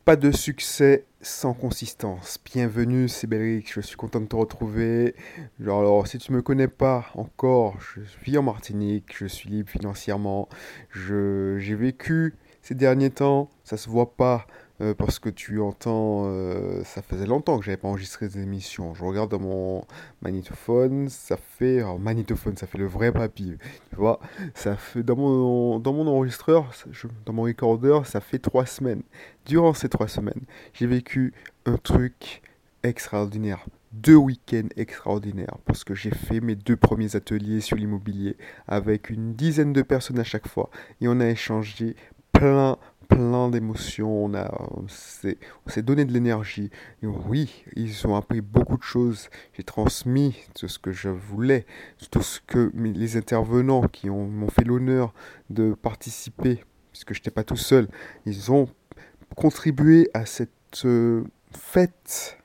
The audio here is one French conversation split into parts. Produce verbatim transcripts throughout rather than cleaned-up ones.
Pas de succès sans consistance. Bienvenue, c'est Belric, je suis content de te retrouver. Genre, alors, si tu me connais pas encore, je vis en Martinique, je suis libre financièrement. Je, j'ai vécu ces derniers temps, ça se voit pas euh, parce que tu entends, euh, ça faisait longtemps que j'avais pas enregistré des émissions. Je regarde dans mon magnétophone, ça fait, alors magnétophone, ça fait le vrai papier, tu vois. Ça fait dans mon, dans mon enregistreur, je- dans mon recorder, ça fait trois semaines. Durant ces trois semaines, j'ai vécu un truc extraordinaire. Deux week-ends extraordinaires parce que j'ai fait mes deux premiers ateliers sur l'immobilier avec une dizaine de personnes à chaque fois et on a échangé plein, plein d'émotions. On a, on s'est, on s'est donné de l'énergie. Et oui, ils ont appris beaucoup de choses. J'ai transmis tout ce que je voulais, tout ce que mes- les intervenants qui ont, m'ont fait l'honneur de participer, puisque je n'étais pas tout seul, ils ont contribuer à cette euh, fête.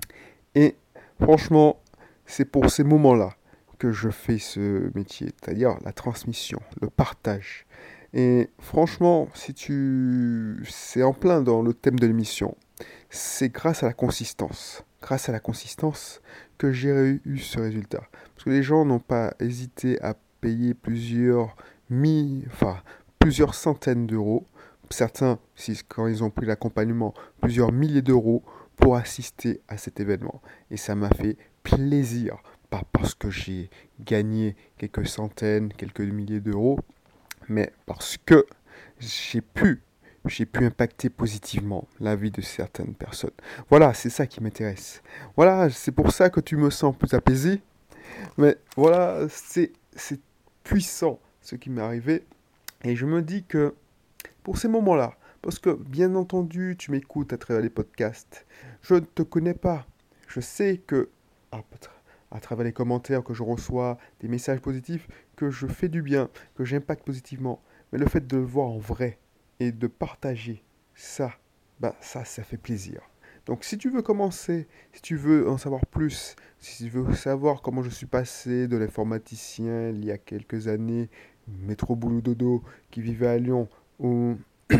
Et franchement, c'est pour ces moments-là que je fais ce métier, c'est-à-dire la transmission, le partage. Et franchement, si tu... c'est en plein dans le thème de l'émission. C'est grâce à la consistance, grâce à la consistance que j'ai eu ce résultat. Parce que les gens n'ont pas hésité à payer plusieurs mi, enfin plusieurs centaines d'euros. Certains, si, quand ils ont pris l'accompagnement, plusieurs milliers d'euros pour assister à cet événement. Et ça m'a fait plaisir. Pas parce que j'ai gagné quelques centaines, quelques milliers d'euros, mais parce que j'ai pu, j'ai pu impacter positivement la vie de certaines personnes. Voilà, c'est ça qui m'intéresse. Voilà, c'est pour ça que tu me sens plus apaisé. Mais voilà, c'est, c'est puissant ce qui m'est arrivé. Et je me dis que pour ces moments-là, parce que bien entendu, tu m'écoutes à travers les podcasts, je ne te connais pas. Je sais que, à, à travers les commentaires que je reçois, des messages positifs, que je fais du bien, que j'impacte positivement. Mais le fait de le voir en vrai et de partager ça, bah ça, ça fait plaisir. Donc si tu veux commencer, si tu veux en savoir plus, si tu veux savoir comment je suis passé de l'informaticien il y a quelques années, métro boulot dodo, qui vivait à Lyon, ou,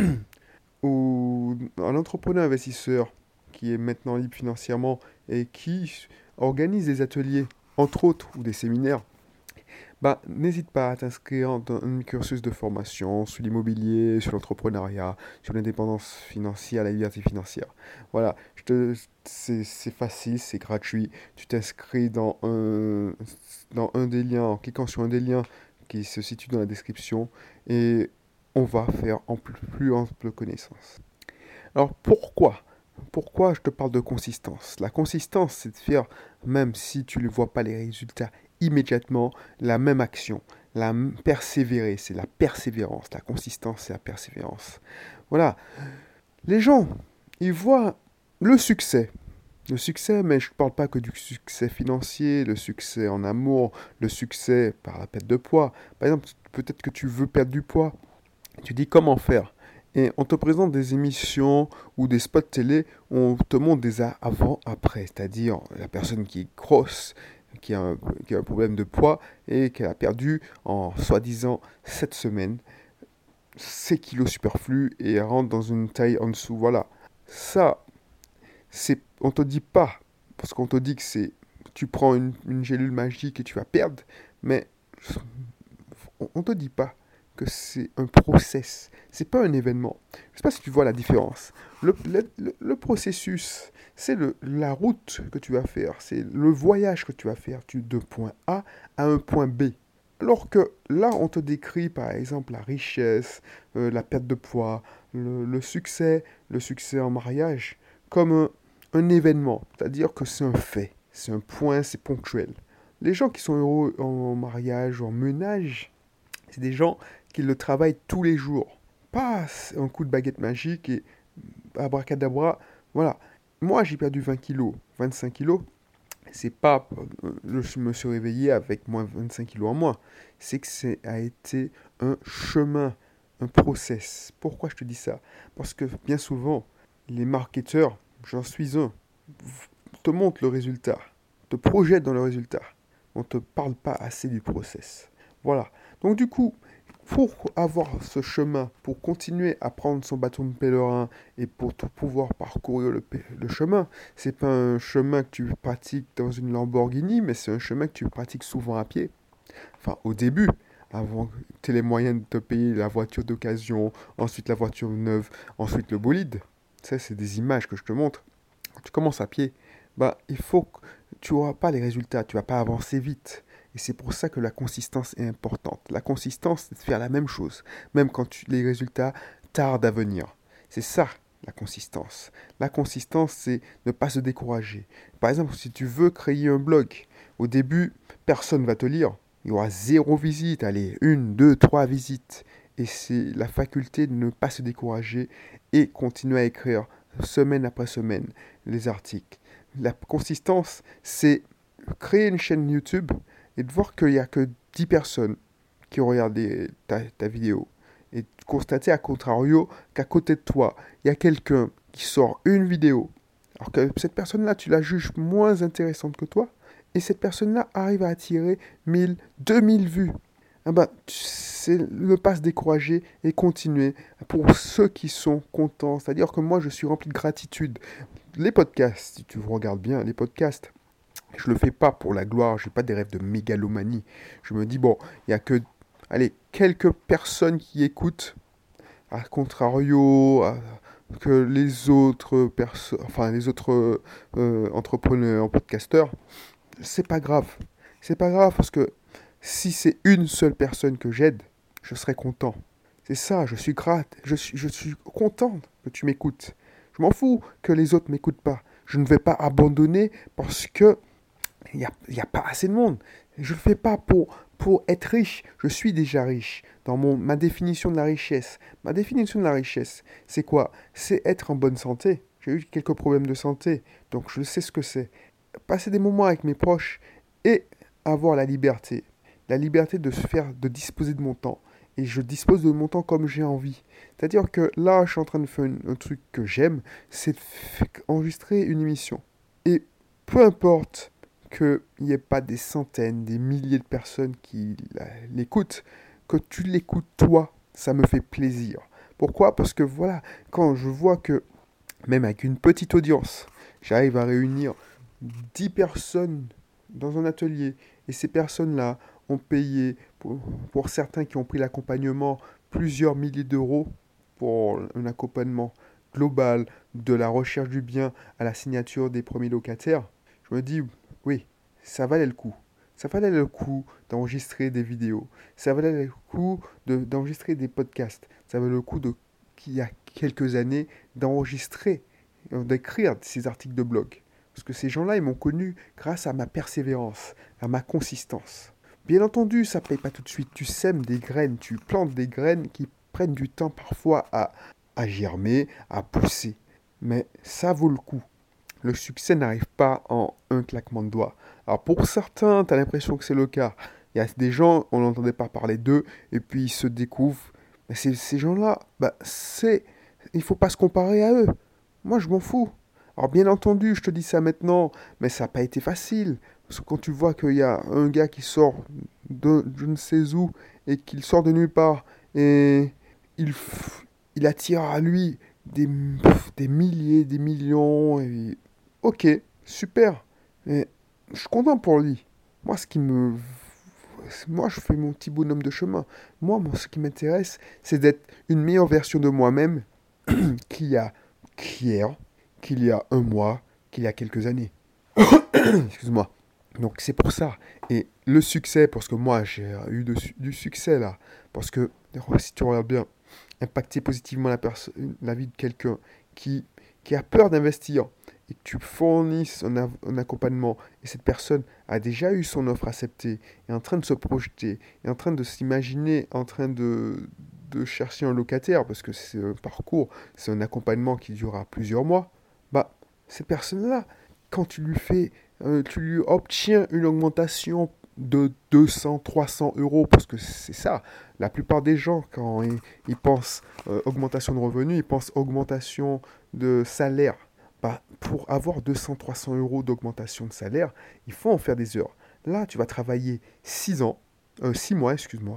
ou un entrepreneur investisseur qui est maintenant libre financièrement et qui organise des ateliers, entre autres, ou des séminaires, bah, n'hésite pas à t'inscrire dans un cursus de formation sur l'immobilier, sur l'entrepreneuriat, sur l'indépendance financière, la liberté financière. Voilà, je te, c'est, c'est facile, c'est gratuit. Tu t'inscris dans un, dans un des liens, en cliquant sur un des liens qui se situe dans la description et on va faire en plus, plus ample connaissance. Alors pourquoi? Pourquoi je te parle de consistance? La consistance, c'est de faire, même si tu ne vois pas les résultats immédiatement, la même action. La m- persévérer, c'est la persévérance. La consistance, c'est la persévérance. Voilà. Les gens, ils voient le succès. Le succès, mais je ne parle pas que du succès financier, le succès en amour, le succès par la perte de poids. Par exemple, peut-être que tu veux perdre du poids. Tu dis comment faire. Et on te présente des émissions ou des spots télé où on te montre des avant-après, c'est-à-dire la personne qui est grosse, qui a, un, qui a un problème de poids et qui a perdu en soi-disant sept semaines ses kilos superflus et elle rentre dans une taille en dessous. Voilà. Ça, c'est, on te dit pas, parce qu'on te dit que c'est, tu prends une, une gélule magique et tu vas perdre, mais on, on te dit pas que c'est un process, c'est pas un événement. Je sais pas si tu vois la différence. Le, le, le- le processus, c'est le, la route que tu vas faire, c'est le voyage que tu vas faire tu, de point A à un point B. Alors que là, on te décrit par exemple la richesse, euh, la perte de poids, le, le succès, le succès en mariage, comme un, un événement. C'est-à-dire que c'est un fait, c'est un point, c'est ponctuel. Les gens qui sont heureux en mariage ou en ménage, c'est des gens qui le travaillent tous les jours. Pas un coup de baguette magique et abracadabra. Voilà. Moi, j'ai perdu vingt kilos, vingt-cinq kilos. C'est pas, euh, je me suis réveillé avec moins vingt-cinq kilos en moins. C'est que ça a été un chemin, un process. Pourquoi je te dis ça? Parce que bien souvent, les marketeurs, j'en suis un, te montrent le résultat, te projettent dans le résultat. On ne te parle pas assez du process. Voilà. Donc du coup, pour avoir ce chemin, pour continuer à prendre son bâton de pèlerin et pour tout pouvoir parcourir le, pe- le chemin, c'est pas un chemin que tu pratiques dans une Lamborghini, mais c'est un chemin que tu pratiques souvent à pied. Enfin, au début, avant que tu aies les moyens de te payer la voiture d'occasion, ensuite la voiture neuve, ensuite le bolide. Ça, c'est des images que je te montre. Quand tu commences à pied, bah, il faut que tu n'auras pas les résultats, tu vas pas avancer vite. Et c'est pour ça que la consistance est importante. La consistance, c'est de faire la même chose, même quand tu- les résultats tardent à venir. C'est ça, la consistance. La consistance, c'est ne pas se décourager. Par exemple, si tu veux créer un blog, au début, personne ne va te lire. Il y aura zéro visite, allez, une, deux, trois visites. Et c'est la faculté de ne pas se décourager et continuer à écrire semaine après semaine les articles. La consistance, c'est créer une chaîne YouTube et de voir qu'il n'y a que dix personnes qui ont regardé ta, ta vidéo. Et de constater à contrario qu'à côté de toi, il y a quelqu'un qui sort une vidéo. Alors que cette personne-là, tu la juges moins intéressante que toi. Et cette personne-là arrive à attirer mille, deux mille vues. Ah bah, c'est ne pas se décourager et continuer pour ceux qui sont contents. C'est-à-dire que moi, je suis rempli de gratitude. Les podcasts, si tu regardes bien, les podcasts, je le fais pas pour la gloire, j'ai pas des rêves de mégalomanie. Je me dis, bon, il y a que, allez, quelques personnes qui écoutent, à contrario à- que les autres personnes, enfin, les autres euh, entrepreneurs, podcasteurs, c'est pas grave. C'est pas grave parce que si c'est une seule personne que j'aide, je serai content. C'est ça, je suis grate, je suis, je suis content que tu m'écoutes. Je m'en fous que les autres m'écoutent pas. Je ne vais pas abandonner parce que il n'y a, il y a pas assez de monde. Je ne le fais pas pour, pour être riche. Je suis déjà riche dans mon, ma définition de la richesse. Ma définition de la richesse, c'est quoi? C'est être en bonne santé. J'ai eu quelques problèmes de santé, donc je sais ce que c'est. Passer des moments avec mes proches et avoir la liberté. La liberté de se faire, de disposer de mon temps. Et je dispose de mon temps comme j'ai envie. C'est-à-dire que là, je suis en train de faire une- un truc que j'aime, c'est de f- enregistrer une émission. Et peu importe qu'il n'y ait pas des centaines, des milliers de personnes qui la- l'écoutent, que tu l'écoutes toi, ça me fait plaisir. Pourquoi? Parce que voilà, quand je vois que même avec une petite audience, j'arrive à réunir dix personnes dans un atelier, et ces personnes-là ont payé, pour, pour certains qui ont pris l'accompagnement, plusieurs milliers d'euros pour un accompagnement global de la recherche du bien à la signature des premiers locataires, je me dis, oui, ça valait le coup. Ça valait le coup d'enregistrer des vidéos. Ça valait le coup de- d'enregistrer des podcasts. Ça valait le coup de, qu'il y a quelques années, d'enregistrer, euh, d'écrire ces articles de blog. Parce que ces gens-là, ils m'ont connu grâce à ma persévérance, à ma consistance. Bien entendu, ça ne paye pas tout de suite. Tu sèmes des graines, tu plantes des graines qui prennent du temps parfois à, à germer, à pousser. Mais ça vaut le coup. Le succès n'arrive pas en un claquement de doigts. Alors pour certains, tu as l'impression que c'est le cas. Il y a des gens, on n'entendait pas parler d'eux, et puis ils se découvrent. Mais ces, ces gens-là, bah, c'est, il faut pas se comparer à eux. Moi, je m'en fous. Alors bien entendu, je te dis ça maintenant, mais ça n'a pas été facile. Parce que quand tu vois qu'il y a un gars qui sort de je ne sais où, et qu'il sort de nulle part, et il, f- il attire à lui des, des milliers, des millions, et ok, super. Mais je suis content pour lui. Moi, ce qui me... Moi, je fais mon petit bonhomme de chemin. Moi, moi, ce qui m'intéresse, c'est d'être une meilleure version de moi-même qu'il y a qu'hier, qu'il y a un mois, qu'il y a quelques années. Excuse-moi. Donc, c'est pour ça. Et le succès, parce que moi, j'ai eu de su- du succès là. Parce que, si tu regardes bien, impacter positivement la, perso- la vie de quelqu'un qui, qui a peur d'investir et que tu fournisses un, av- un accompagnement et cette personne a déjà eu son offre acceptée, est en train de se projeter, est en train de s'imaginer, en train de, de chercher un locataire parce que c'est un parcours, c'est un accompagnement qui durera plusieurs mois, bah cette personne-là, quand tu lui fais, euh, tu lui obtiens une augmentation de deux cents, trois cents euros, parce que c'est ça. La plupart des gens, quand ils, ils pensent euh, augmentation de revenus, ils pensent augmentation de salaire. Bah, pour avoir deux cents, trois cents euros d'augmentation de salaire, il faut en faire des heures. Là, tu vas travailler six ans, euh, six mois, excuse-moi,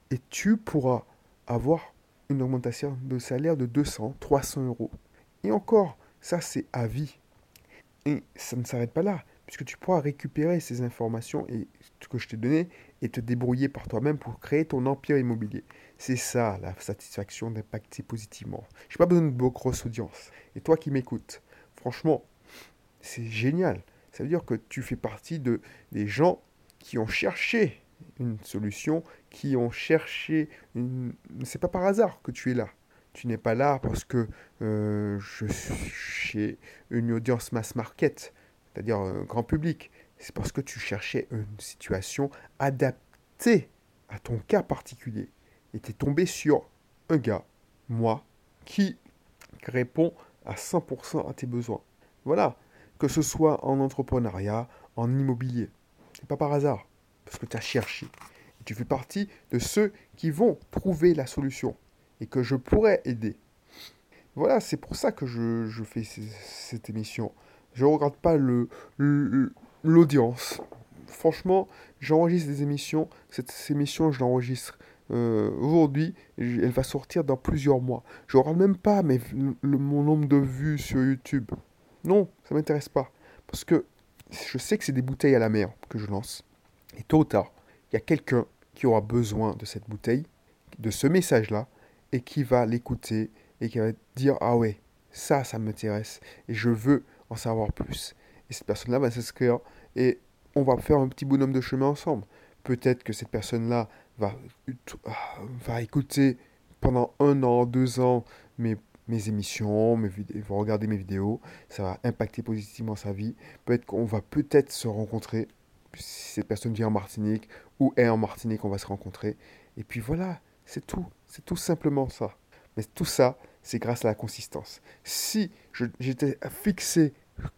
et tu pourras avoir une augmentation de salaire de deux cents, trois cents euros. Et encore, ça c'est à vie. Et ça ne s'arrête pas là, puisque tu pourras récupérer ces informations et, que je t'ai données et te débrouiller par toi-même pour créer ton empire immobilier. C'est ça la satisfaction d'impacter positivement. Je n'ai pas besoin de grosse audience. Et toi qui m'écoutes, franchement, c'est génial. Ça veut dire que tu fais partie de, des gens qui ont cherché une solution, qui ont cherché une... C'est pas par hasard que tu es là. Tu n'es pas là parce que euh, je suis chez une audience mass market, c'est-à-dire un grand public. C'est parce que tu cherchais une situation adaptée à ton cas particulier. Et tu es tombé sur un gars, moi, qui répond à cent pour cent à tes besoins. Voilà, que ce soit en entrepreneuriat, en immobilier. C'est pas par hasard, parce que tu as cherché. Et tu fais partie de ceux qui vont trouver la solution et que je pourrais aider. Voilà, c'est pour ça que je, je fais c- cette émission. Je ne regarde pas le, le- l'audience. Franchement, j'enregistre des émissions. Cette, cette émission, je l'enregistre euh, aujourd'hui. J- Elle va sortir dans plusieurs mois. Je ne regarde même pas mes- le- mon nombre de vues sur YouTube. Non, ça ne m'intéresse pas. Parce que je sais que c'est des bouteilles à la mer que je lance. Et tôt ou tard, il y a quelqu'un qui aura besoin de cette bouteille, de ce message-là, et qui va l'écouter et qui va dire ah ouais, ça, ça m'intéresse et je veux en savoir plus. Et cette personne-là va s'inscrire et on va faire un petit bonhomme de chemin ensemble. Peut-être que cette personne-là va, va écouter pendant un an, deux ans mes, mes émissions, mes vidéos, va regarder mes vidéos, ça va impacter positivement sa vie. Peut-être qu'on va peut-être se rencontrer. Si cette personne vient en Martinique ou est en Martinique, on va se rencontrer. Et puis voilà, c'est tout. C'est tout simplement ça. Mais tout ça, c'est grâce à la consistance. Si je- j'étais fixé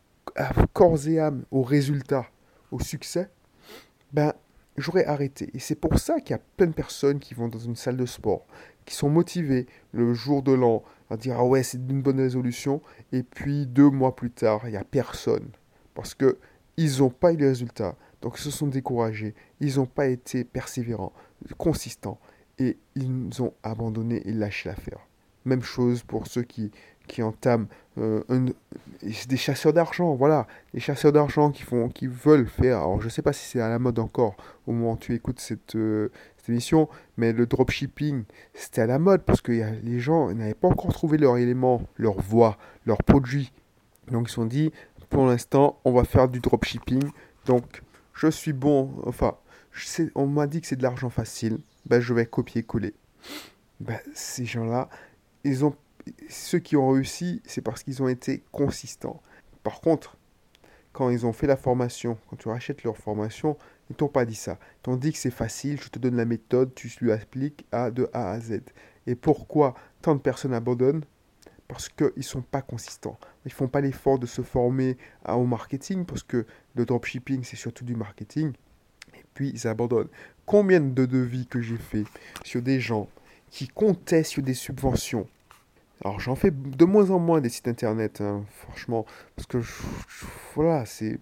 à corps et âme au résultat, au succès, ben j'aurais arrêté. Et c'est pour ça qu'il y a plein de personnes qui vont dans une salle de sport, qui sont motivées le jour de l'an à dire ah ouais, c'est une bonne résolution. Et puis deux mois plus tard, il n'y a personne. Parce que ils n'ont pas eu les résultats. Donc ils se sont découragés. Ils n'ont pas été persévérants, consistants. Et ils ont abandonné et lâché l'affaire. Même chose pour ceux qui, qui entament euh, un- des chasseurs d'argent, voilà, des chasseurs d'argent qui font, qui veulent faire. Alors je sais pas si c'est à la mode encore au moment où tu écoutes cette, euh, cette émission, mais le dropshipping c'était à la mode parce que y a- les gens n'avaient pas encore trouvé leur élément, leur voie, leur produit. Donc ils se sont dit, pour l'instant, on va faire du dropshipping. Donc je suis bon, enfin, je sais- on m'a dit que c'est de l'argent facile, ben je vais copier-coller. Ben, ces gens-là, ils ont, ceux qui ont réussi, c'est parce qu'ils ont été consistants. Par contre, quand ils ont fait la formation, quand tu rachètes leur formation, ils t'ont pas dit ça. Ils t'ont dit que c'est facile, je te donne la méthode, tu lui appliques à, de A à Z. Et pourquoi tant de personnes abandonnent? Parce qu'ils ne sont pas consistants. Ils ne font pas l'effort de se former à- au marketing, parce que le dropshipping, c'est surtout du marketing. Et puis, ils abandonnent. Combien de devis que j'ai fait sur des gens qui comptaient sur des subventions. Alors j'en fais de moins en moins des sites internet, hein, franchement, parce que je- je- voilà, c'est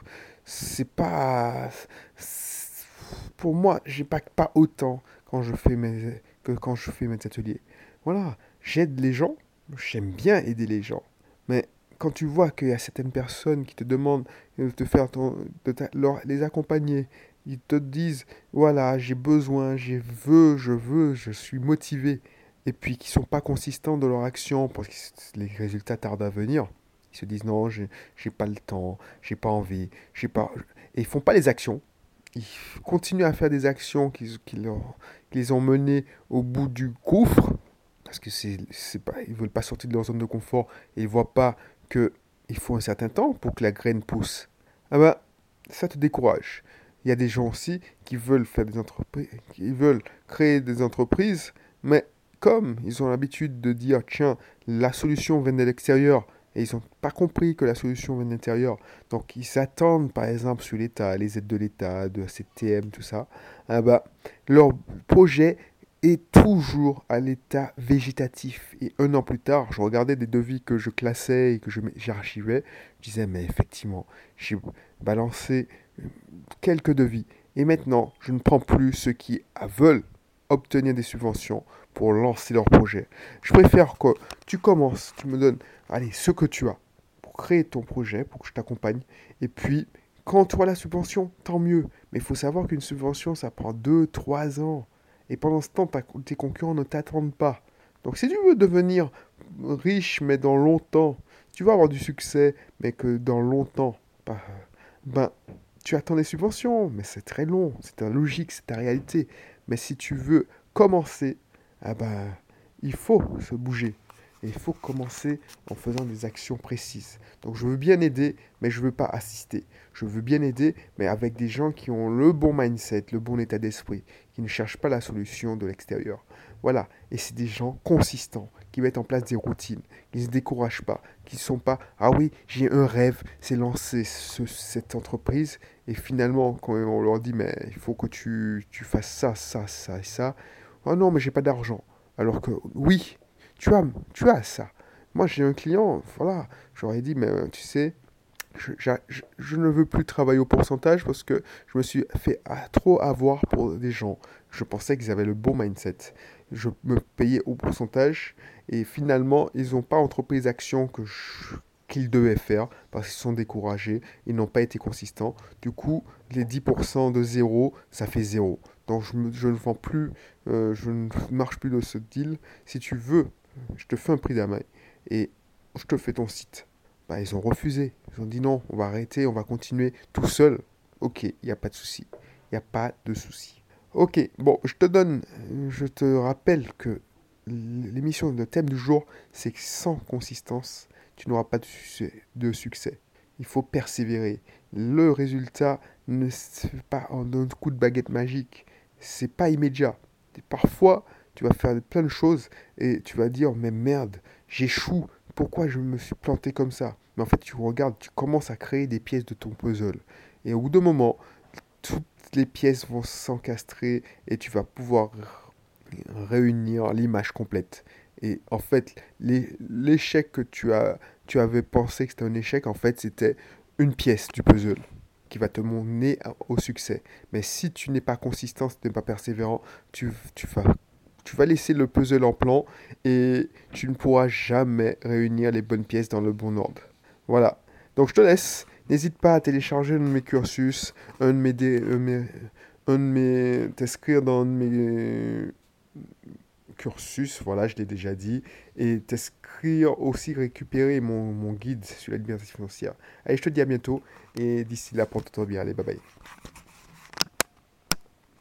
c'est pas c'est- pour moi, j'ai pas pas autant quand je fais mes que quand je fais mes ateliers. Voilà, j'aide les gens, j'aime bien aider les gens, mais quand tu vois qu'il y a certaines personnes qui te demandent de te faire ton, de ta- leur- les accompagner, ils te disent voilà, j'ai besoin, je veux, je veux, je suis motivé et puis qui sont pas consistants dans leur action parce que les résultats tardent à venir. Ils se disent non, j'ai j'ai pas le temps, j'ai pas envie, j'ai pas et ils font pas les actions. Ils continuent à faire des actions qui, qui, leur- qui les ont menés au bout du gouffre parce que c'est c'est pas ils veulent pas sortir de leur zone de confort et ils voient pas que il faut un certain temps pour que la graine pousse. Ah bah ça te décourage. Il y a des gens aussi qui veulent faire des entreprises, qui veulent créer des entreprises, mais comme ils ont l'habitude de dire, tiens, la solution vient de l'extérieur, et ils n'ont pas compris que la solution vient de l'intérieur, donc ils s'attendent par exemple sur l'État, les aides de l'État, de la C T M, tout ça, ah bah, leur projet est toujours à l'état végétatif. Et un an plus tard, je regardais des devis que je classais et que je j'archivais, je disais, mais effectivement, j'ai balancé quelques devis. Et maintenant, je ne prends plus ceux qui veulent. obtenir des subventions pour lancer leur projet. Je préfère que tu commences, tu me donnes, allez, ce que tu as pour créer ton projet, pour que je t'accompagne. Et puis, quand tu as la subvention, tant mieux. Mais il faut savoir qu'une subvention, ça prend deux, trois ans. Et pendant ce temps, ta- tes concurrents ne t'attendent pas. Donc si tu veux devenir riche, mais dans longtemps, tu vas avoir du succès, mais que dans longtemps, bah, ben, tu attends des subventions, mais c'est très long, c'est ta logique, c'est ta réalité. Mais si tu veux commencer, ah ben, il faut se bouger. Et il faut commencer en faisant des actions précises. Donc je veux bien aider, mais je ne veux pas assister. Je veux bien aider, mais avec des gens qui ont le bon mindset, le bon état d'esprit, qui ne cherchent pas la solution de l'extérieur. Voilà, et c'est des gens consistants, qui mettent en place des routines, qui ne se découragent pas, qui ne sont pas, ah oui, j'ai un rêve, c'est lancer ce- cette entreprise, et finalement, quand on leur dit, mais il faut que tu, tu fasses ça, ça, ça et ça, oh non, mais j'ai pas d'argent. Alors que oui, tu as, tu as ça. Moi, j'ai un client, voilà, j'aurais dit, mais euh, tu sais, je, j'a- je- je ne veux plus travailler au pourcentage parce que je me suis fait ah, trop avoir pour des gens. Je pensais qu'ils avaient le bon mindset. Je me payais au pourcentage et finalement, ils n'ont pas entrepris les actions que je- qu'ils devaient faire parce qu'ils sont découragés, ils n'ont pas été consistants. Du coup, les dix pour cent de zéro, ça fait zéro. Donc je, me- je ne vends plus, euh, je ne marche plus de ce deal. Si tu veux, je te fais un prix d'amain et je te fais ton site. Bah, ils ont refusé. Ils ont dit non, on va arrêter, on va continuer tout seul. Ok, il n'y a pas de souci. Il n'y a pas de souci. Ok, bon, je te donne, je te rappelle que l'émission, le thème du jour, c'est que sans consistance, tu n'auras pas de succès, de succès. Il faut persévérer. Le résultat ne se fait pas en un coup de baguette magique. C'est pas immédiat. Et parfois, tu vas faire plein de choses et tu vas dire, mais merde, j'échoue. Pourquoi je me suis planté comme ça? Mais en fait, tu regardes, tu commences à créer des pièces de ton puzzle. Et au bout d'un moment, toutes les pièces vont s'encastrer et tu vas pouvoir réunir l'image complète. Et en fait, les- l'échec que tu as, tu avais pensé que c'était un échec, en fait, c'était une pièce du puzzle qui va te mener à- au succès. Mais si tu n'es pas consistant, si tu n'es pas persévérant, tu, tu vas, tu vas laisser le puzzle en plan et tu ne pourras jamais réunir les bonnes pièces dans le bon ordre. Voilà. Donc je te laisse. N'hésite pas à télécharger un de mes cursus, un de mes, dé- euh, mes- un de mes, t'inscrire dans un de mes cursus, voilà, je l'ai déjà dit, et t'inscrire aussi, récupérer mon, mon guide sur la liberté financière. Allez, je te dis à bientôt, et d'ici là, porte-toi bien, allez, bye bye.